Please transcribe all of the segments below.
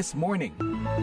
This Morning.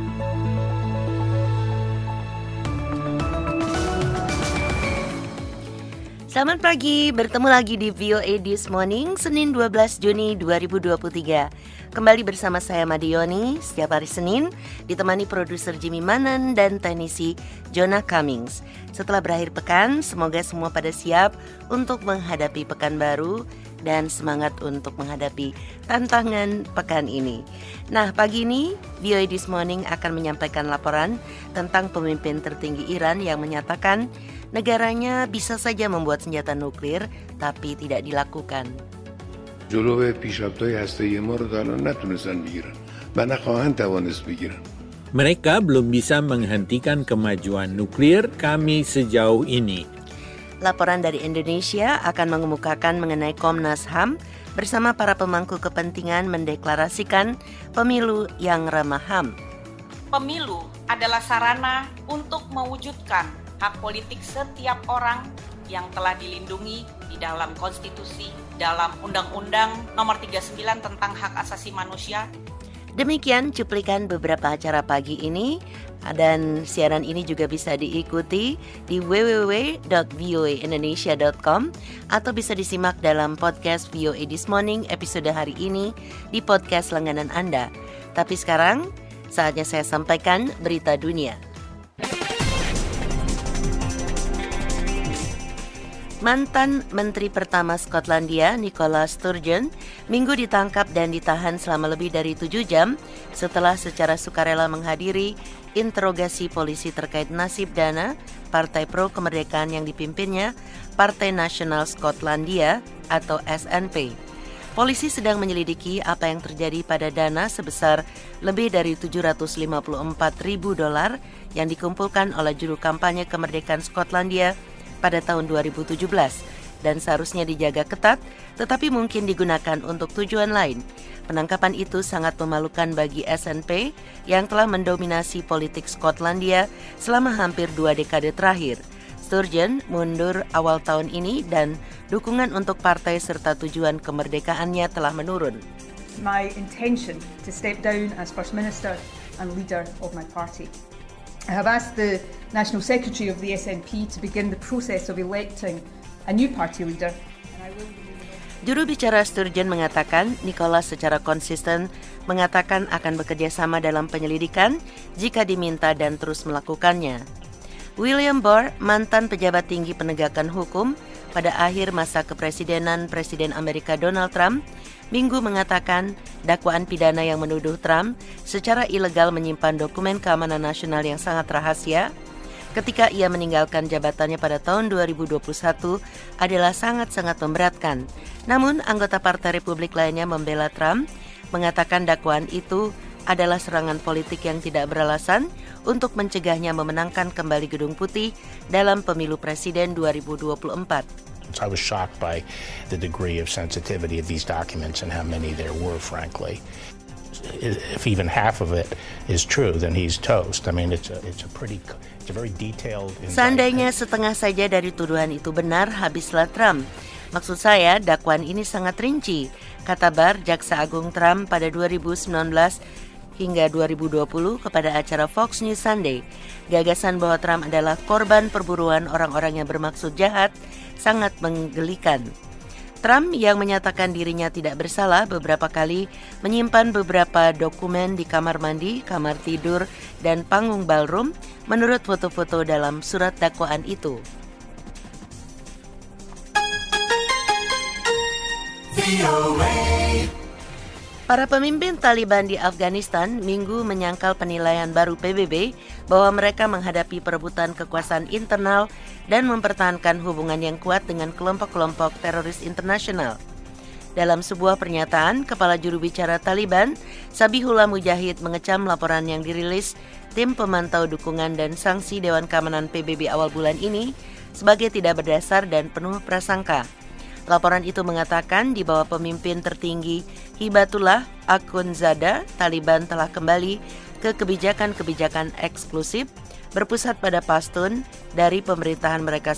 Selamat pagi, bertemu lagi di VOA This Morning, Senin 12 Juni 2023. Kembali bersama saya Madioni, setiap hari Senin, ditemani produser Jimmy Manan dan teknisi Jonah Cummings. Setelah berakhir pekan, semoga semua pada siap untuk menghadapi pekan baru dan semangat untuk menghadapi tantangan pekan ini. Nah, pagi ini VOA This Morning akan menyampaikan laporan tentang pemimpin tertinggi Iran yang menyatakan negaranya bisa saja membuat senjata nuklir, tapi tidak dilakukan. جلو پیشرفت‌های هسته‌ای ما رو تا الان نتونستن بگیرن و نخواهند توانست بگیرن. Mereka belum bisa menghentikan kemajuan nuklir kami sejauh ini. Laporan dari Indonesia akan mengemukakan mengenai Komnas HAM bersama para pemangku kepentingan mendeklarasikan pemilu yang ramah HAM. Pemilu adalah sarana untuk mewujudkan hak politik setiap orang yang telah dilindungi di dalam konstitusi, dalam Undang-Undang Nomor 39 tentang Hak Asasi Manusia. Demikian cuplikan beberapa acara pagi ini, dan siaran ini juga bisa diikuti di www.voaindonesia.com atau bisa disimak dalam podcast VOA This Morning episode hari ini di podcast langganan Anda. Tapi sekarang saatnya saya sampaikan berita dunia. Mantan Menteri Pertama Skotlandia, Nicola Sturgeon, Minggu ditangkap dan ditahan selama lebih dari 7 jam setelah secara sukarela menghadiri interogasi polisi terkait nasib dana Partai Pro Kemerdekaan yang dipimpinnya, Partai Nasional Skotlandia atau SNP. Polisi sedang menyelidiki apa yang terjadi pada dana sebesar lebih dari $754,000 yang dikumpulkan oleh juru kampanye kemerdekaan Skotlandia pada tahun 2017 dan seharusnya dijaga ketat, tetapi mungkin digunakan untuk tujuan lain. Penangkapan itu sangat memalukan bagi SNP yang telah mendominasi politik Skotlandia selama hampir 2 dekade terakhir. Sturgeon mundur awal tahun ini dan dukungan untuk partai serta tujuan kemerdekaannya telah menurun. My intention to step down as First Minister and leader of my party. I have asked the National Secretary of the SNP to begin the process of electing a new party leader. Juru bicara Sturgeon mengatakan Nicola secara konsisten mengatakan akan bekerja sama dalam penyelidikan jika diminta dan terus melakukannya. William Barr, mantan pejabat tinggi penegakan hukum pada akhir masa kepresidenan Presiden Amerika Donald Trump, Minggu mengatakan dakwaan pidana yang menuduh Trump secara ilegal menyimpan dokumen keamanan nasional yang sangat rahasia ketika ia meninggalkan jabatannya pada tahun 2021 adalah sangat-sangat memberatkan. Namun, anggota Partai Republik lainnya membela Trump, mengatakan dakwaan itu adalah serangan politik yang tidak beralasan untuk mencegahnya memenangkan kembali Gedung Putih dalam pemilu presiden 2024. I was shocked by the degree of sensitivity of these documents and how many there were, frankly. If even half of it is true, then he's toast. I mean, it's a very detailed indictment. Seandainya setengah saja dari tuduhan itu benar, habislah Trump. Maksud saya, dakwaan ini sangat rinci, kata Barr, Jaksa Agung Trump pada 2019 hingga 2020 kepada acara Fox News Sunday. Gagasan bahwa Trump adalah korban perburuan orang-orang yang bermaksud jahat sangat menggelikan. Trump yang menyatakan dirinya tidak bersalah beberapa kali menyimpan beberapa dokumen di kamar mandi, kamar tidur, dan panggung ballroom menurut foto-foto dalam surat dakwaan itu. Para pemimpin Taliban di Afghanistan Minggu menyangkal penilaian baru PBB bahwa mereka menghadapi perebutan kekuasaan internal dan mempertahankan hubungan yang kuat dengan kelompok-kelompok teroris internasional. Dalam sebuah pernyataan, Kepala Juru Bicara Taliban, Zabihullah Mujahid, mengecam laporan yang dirilis tim pemantau dukungan dan sanksi Dewan Keamanan PBB awal bulan ini sebagai tidak berdasar dan penuh prasangka. Laporan itu mengatakan di bawah pemimpin tertinggi Hibatullah Akhundzada, Taliban telah kembali ke kebijakan-kebijakan eksklusif berpusat pada Pashtun dari pemerintahan mereka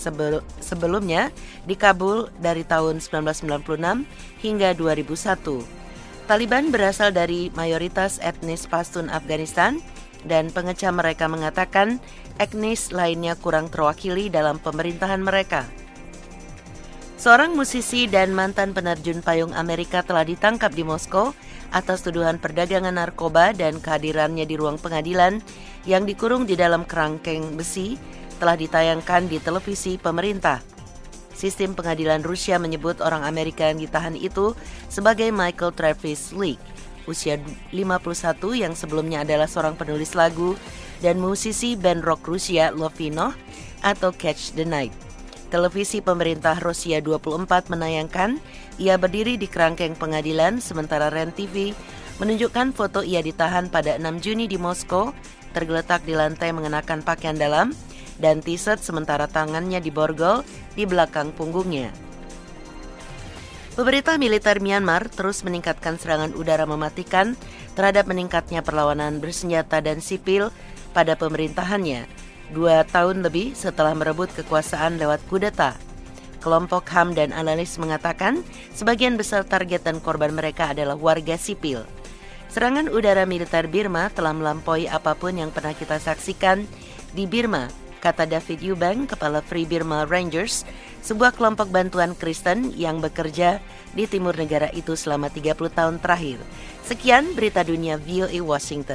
sebelumnya di Kabul dari tahun 1996 hingga 2001. Taliban berasal dari mayoritas etnis Pashtun Afghanistan dan pengecam mereka mengatakan etnis lainnya kurang terwakili dalam pemerintahan mereka. Seorang musisi dan mantan penerjun payung Amerika telah ditangkap di Moskow atas tuduhan perdagangan narkoba dan kehadirannya di ruang pengadilan yang dikurung di dalam kerangkeng besi telah ditayangkan di televisi pemerintah. Sistem pengadilan Rusia menyebut orang Amerika yang ditahan itu sebagai Michael Travis Leak, usia 51 yang sebelumnya adalah seorang penulis lagu dan musisi band rock Rusia Lovino atau Catch the Night. Televisi pemerintah Rusia 24 menayangkan ia berdiri di kerangkeng pengadilan sementara REN TV menunjukkan foto ia ditahan pada 6 Juni di Moskow, tergeletak di lantai mengenakan pakaian dalam dan t-shirt sementara tangannya diborgol di belakang punggungnya. Pemerintah militer Myanmar terus meningkatkan serangan udara mematikan terhadap meningkatnya perlawanan bersenjata dan sipil pada pemerintahannya 2 tahun lebih setelah merebut kekuasaan lewat kudeta. Kelompok HAM dan analis mengatakan sebagian besar target dan korban mereka adalah warga sipil. Serangan udara militer Birma telah melampaui apapun yang pernah kita saksikan di Birma, kata David Eubank, kepala Free Burma Rangers, sebuah kelompok bantuan Kristen yang bekerja di timur negara itu selama 30 tahun terakhir. Sekian berita dunia VOA Washington.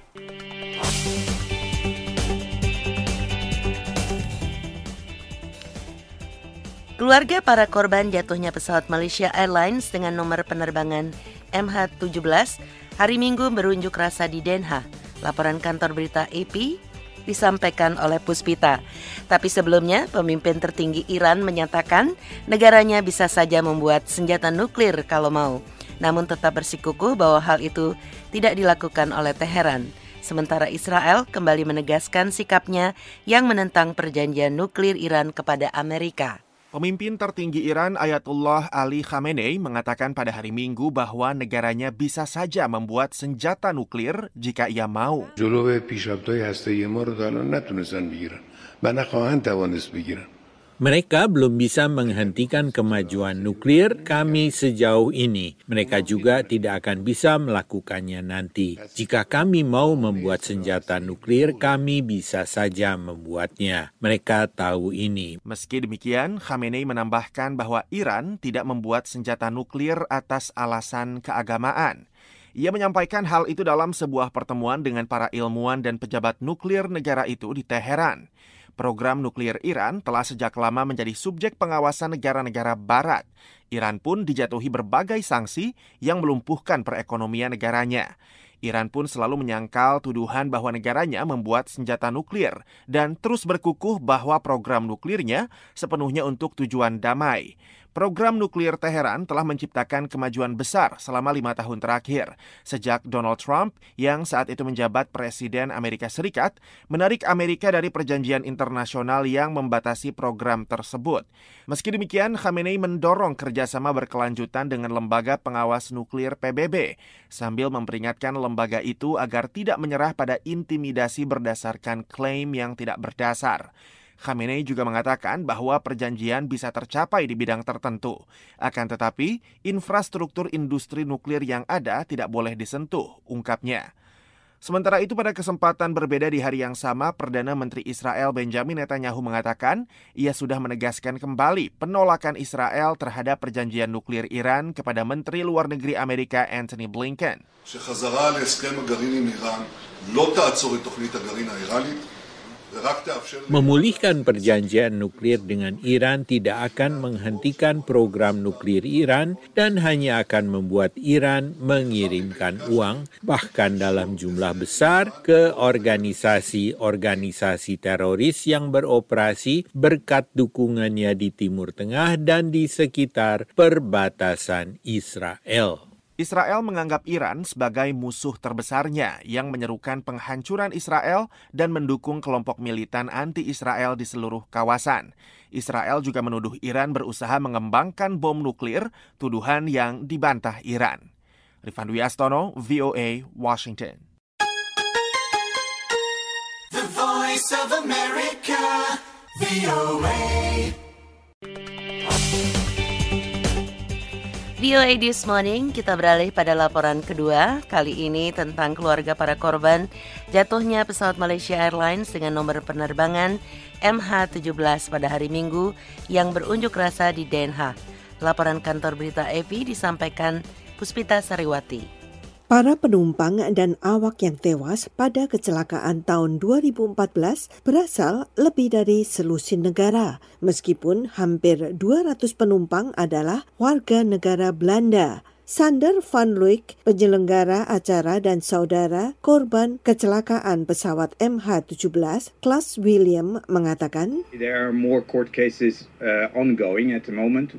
Keluarga para korban jatuhnya pesawat Malaysia Airlines dengan nomor penerbangan MH17 hari Minggu berunjuk rasa di Den Haag. Laporan kantor berita AP disampaikan oleh Puspita. Tapi sebelumnya, pemimpin tertinggi Iran menyatakan negaranya bisa saja membuat senjata nuklir kalau mau. Namun tetap bersikukuh bahwa hal itu tidak dilakukan oleh Teheran. Sementara Israel kembali menegaskan sikapnya yang menentang perjanjian nuklir Iran kepada Amerika. Pemimpin tertinggi Iran Ayatollah Ali Khamenei mengatakan pada hari Minggu bahwa negaranya bisa saja membuat senjata nuklir jika ia mau. جلو پیشرفت‌های هسته‌ای ما رو تا الان نتونستن بگیرن و نخواهند توانست بگیرن. Mereka belum bisa menghentikan kemajuan nuklir kami sejauh ini. Mereka juga tidak akan bisa melakukannya nanti. Jika kami mau membuat senjata nuklir, kami bisa saja membuatnya. Mereka tahu ini. Meski demikian, Khamenei menambahkan bahwa Iran tidak membuat senjata nuklir atas alasan keagamaan. Ia menyampaikan hal itu dalam sebuah pertemuan dengan para ilmuwan dan pejabat nuklir negara itu di Teheran. Program nuklir Iran telah sejak lama menjadi subjek pengawasan negara-negara barat. Iran pun dijatuhi berbagai sanksi yang melumpuhkan perekonomian negaranya. Iran pun selalu menyangkal tuduhan bahwa negaranya membuat senjata nuklir dan terus berkukuh bahwa program nuklirnya sepenuhnya untuk tujuan damai. Program nuklir Teheran telah menciptakan kemajuan besar selama 5 tahun terakhir, sejak Donald Trump yang saat itu menjabat Presiden Amerika Serikat menarik Amerika dari perjanjian internasional yang membatasi program tersebut. Meski demikian, Khamenei mendorong kerjasama berkelanjutan dengan lembaga pengawas nuklir PBB, sambil memperingatkan lembaga itu agar tidak menyerah pada intimidasi berdasarkan klaim yang tidak berdasar. Khamenei juga mengatakan bahwa perjanjian bisa tercapai di bidang tertentu. Akan tetapi, infrastruktur industri nuklir yang ada tidak boleh disentuh, ungkapnya. Sementara itu, pada kesempatan berbeda di hari yang sama, Perdana Menteri Israel Benjamin Netanyahu mengatakan ia sudah menegaskan kembali penolakan Israel terhadap perjanjian nuklir Iran kepada Menteri Luar Negeri Amerika Antony Blinken. שחזרה להסכם הגרעין עם איראן לא תעצור את תוכנית הגרעין האיראנית. Memulihkan perjanjian nuklir dengan Iran tidak akan menghentikan program nuklir Iran dan hanya akan membuat Iran mengirimkan uang, bahkan dalam jumlah besar, ke organisasi-organisasi teroris yang beroperasi berkat dukungannya di Timur Tengah dan di sekitar perbatasan Israel. Israel menganggap Iran sebagai musuh terbesarnya yang menyerukan penghancuran Israel dan mendukung kelompok militan anti-Israel di seluruh kawasan. Israel juga menuduh Iran berusaha mengembangkan bom nuklir, tuduhan yang dibantah Iran. Rifan Dwi Astono, VOA, Washington. The Voice of America, VOA. VOA This Morning, kita beralih pada laporan kedua. Kali ini tentang keluarga para korban jatuhnya pesawat Malaysia Airlines dengan nomor penerbangan MH17 pada hari Minggu yang berunjuk rasa di Den Haag. Laporan kantor berita AP disampaikan Puspita Sariwati. Para penumpang dan awak yang tewas pada kecelakaan tahun 2014 berasal lebih dari selusin negara, meskipun hampir 200 penumpang adalah warga negara Belanda. Sander van Looyk, penyelenggara acara dan saudara korban kecelakaan pesawat MH17 kelas William, mengatakan, There are more court cases ongoing at the moment.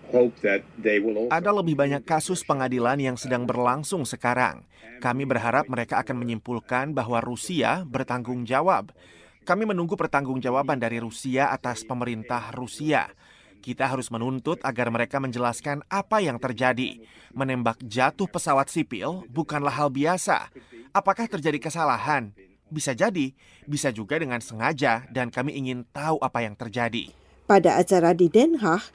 Ada lebih banyak kasus pengadilan yang sedang berlangsung sekarang. Kami berharap mereka akan menyimpulkan bahwa Rusia bertanggung jawab. Kami menunggu pertanggungjawaban dari Rusia atas pemerintah Rusia. Kita harus menuntut agar mereka menjelaskan apa yang terjadi. Menembak jatuh pesawat sipil bukanlah hal biasa. Apakah terjadi kesalahan? Bisa jadi, bisa juga dengan sengaja, dan kami ingin tahu apa yang terjadi. Pada acara di Den Haag,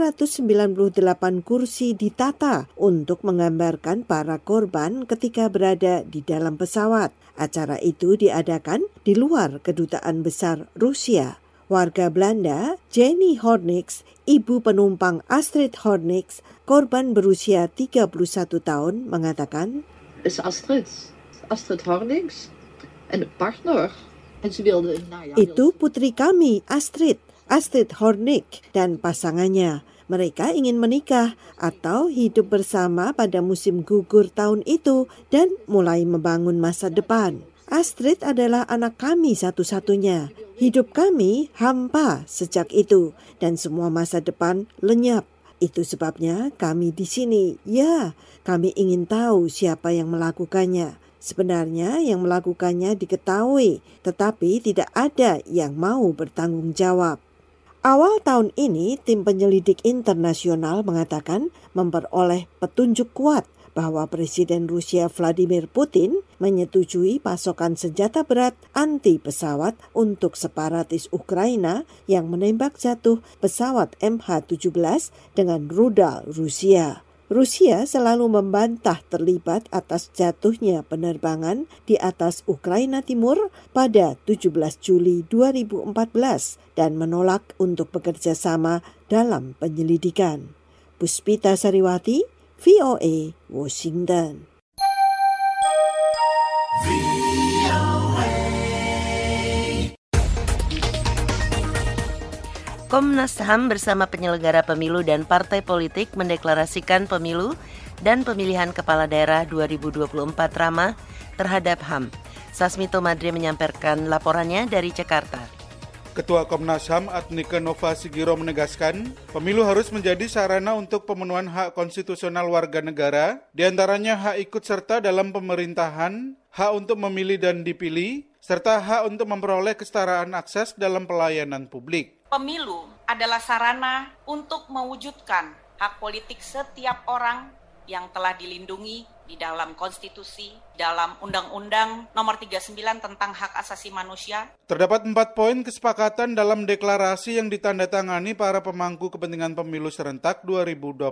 298 kursi ditata untuk menggambarkan para korban ketika berada di dalam pesawat. Acara itu diadakan di luar Kedutaan Besar Rusia. Warga Belanda, Jenny Hornix, ibu penumpang Astrid Hornix, korban berusia 31 tahun, mengatakan, Astrid Hornix en de partner. En ze wilde, Itu putri kami, Astrid Hornix dan pasangannya. Mereka ingin menikah atau hidup bersama pada musim gugur tahun itu dan mulai membangun masa depan. Astrid adalah anak kami satu-satunya. Hidup kami hampa sejak itu dan semua masa depan lenyap. Itu sebabnya kami di sini. Ya, kami ingin tahu siapa yang melakukannya. Sebenarnya yang melakukannya diketahui, tetapi tidak ada yang mau bertanggung jawab. Awal tahun ini, tim penyelidik internasional mengatakan memperoleh petunjuk kuat bahwa Presiden Rusia Vladimir Putin menyetujui pasokan senjata berat anti pesawat untuk separatis Ukraina yang menembak jatuh pesawat MH17 dengan rudal Rusia. Rusia selalu membantah terlibat atas jatuhnya penerbangan di atas Ukraina Timur pada 17 Juli 2014 dan menolak untuk bekerja sama dalam penyelidikan. Puspita Sariwati, VOA, Washington. Komnas HAM bersama penyelenggara pemilu dan partai politik mendeklarasikan pemilu dan pemilihan kepala daerah 2024 ramah terhadap HAM. Sasmito Madre menyampaikan laporannya dari Jakarta. Ketua Komnas HAM Adnike Nova Sigiro menegaskan, pemilu harus menjadi sarana untuk pemenuhan hak konstitusional warga negara, diantaranya hak ikut serta dalam pemerintahan, hak untuk memilih dan dipilih, serta hak untuk memperoleh kesetaraan akses dalam pelayanan publik. Pemilu adalah sarana untuk mewujudkan hak politik setiap orang yang telah dilindungi di dalam konstitusi, dalam Undang-Undang Nomor 39 tentang Hak Asasi Manusia. Terdapat 4 poin kesepakatan dalam deklarasi yang ditandatangani para pemangku kepentingan pemilu serentak 2024.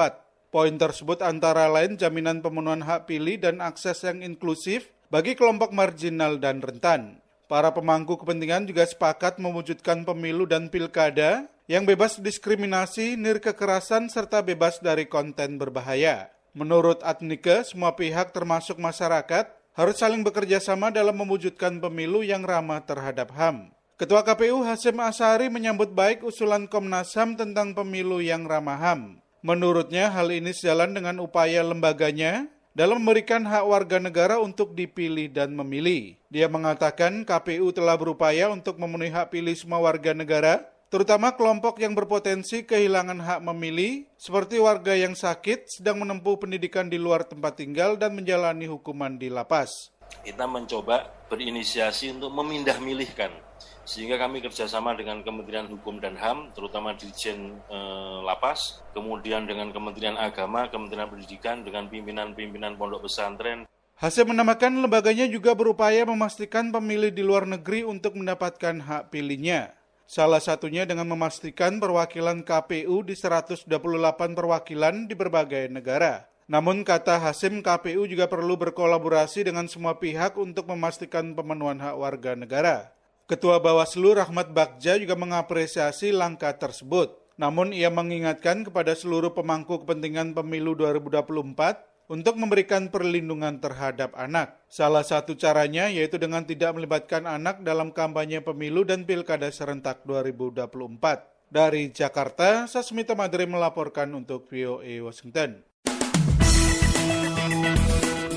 Poin tersebut antara lain jaminan pemenuhan hak pilih dan akses yang inklusif bagi kelompok marginal dan rentan. Para pemangku kepentingan juga sepakat mewujudkan pemilu dan pilkada yang bebas diskriminasi, nirkekerasan, serta bebas dari konten berbahaya. Menurut Adnike, semua pihak termasuk masyarakat harus saling bekerja sama dalam mewujudkan pemilu yang ramah terhadap HAM. Ketua KPU Hasyim Asyari menyambut baik usulan Komnas HAM tentang pemilu yang ramah HAM. Menurutnya, hal ini sejalan dengan upaya lembaganya dalam memberikan hak warga negara untuk dipilih dan memilih. Dia mengatakan KPU telah berupaya untuk memenuhi hak pilih semua warga negara, terutama kelompok yang berpotensi kehilangan hak memilih, seperti warga yang sakit, sedang menempuh pendidikan di luar tempat tinggal, dan menjalani hukuman di lapas. Kita mencoba berinisiasi untuk memindah milihkan, sehingga kami kerjasama dengan Kementerian Hukum dan HAM, terutama Dirjen Lapas, kemudian dengan Kementerian Agama, Kementerian Pendidikan, dengan pimpinan-pimpinan pondok pesantren. Hasyim menambahkan lembaganya juga berupaya memastikan pemilih di luar negeri untuk mendapatkan hak pilihnya. Salah satunya dengan memastikan perwakilan KPU di 128 perwakilan di berbagai negara. Namun kata Hasim, KPU juga perlu berkolaborasi dengan semua pihak untuk memastikan pemenuhan hak warga negara. Ketua Bawaslu Rahmat Bagja juga mengapresiasi langkah tersebut. Namun ia mengingatkan kepada seluruh pemangku kepentingan pemilu 2024 untuk memberikan perlindungan terhadap anak. Salah satu caranya yaitu dengan tidak melibatkan anak dalam kampanye pemilu dan pilkada serentak 2024. Dari Jakarta, Sasmita Madre melaporkan untuk VOA Washington.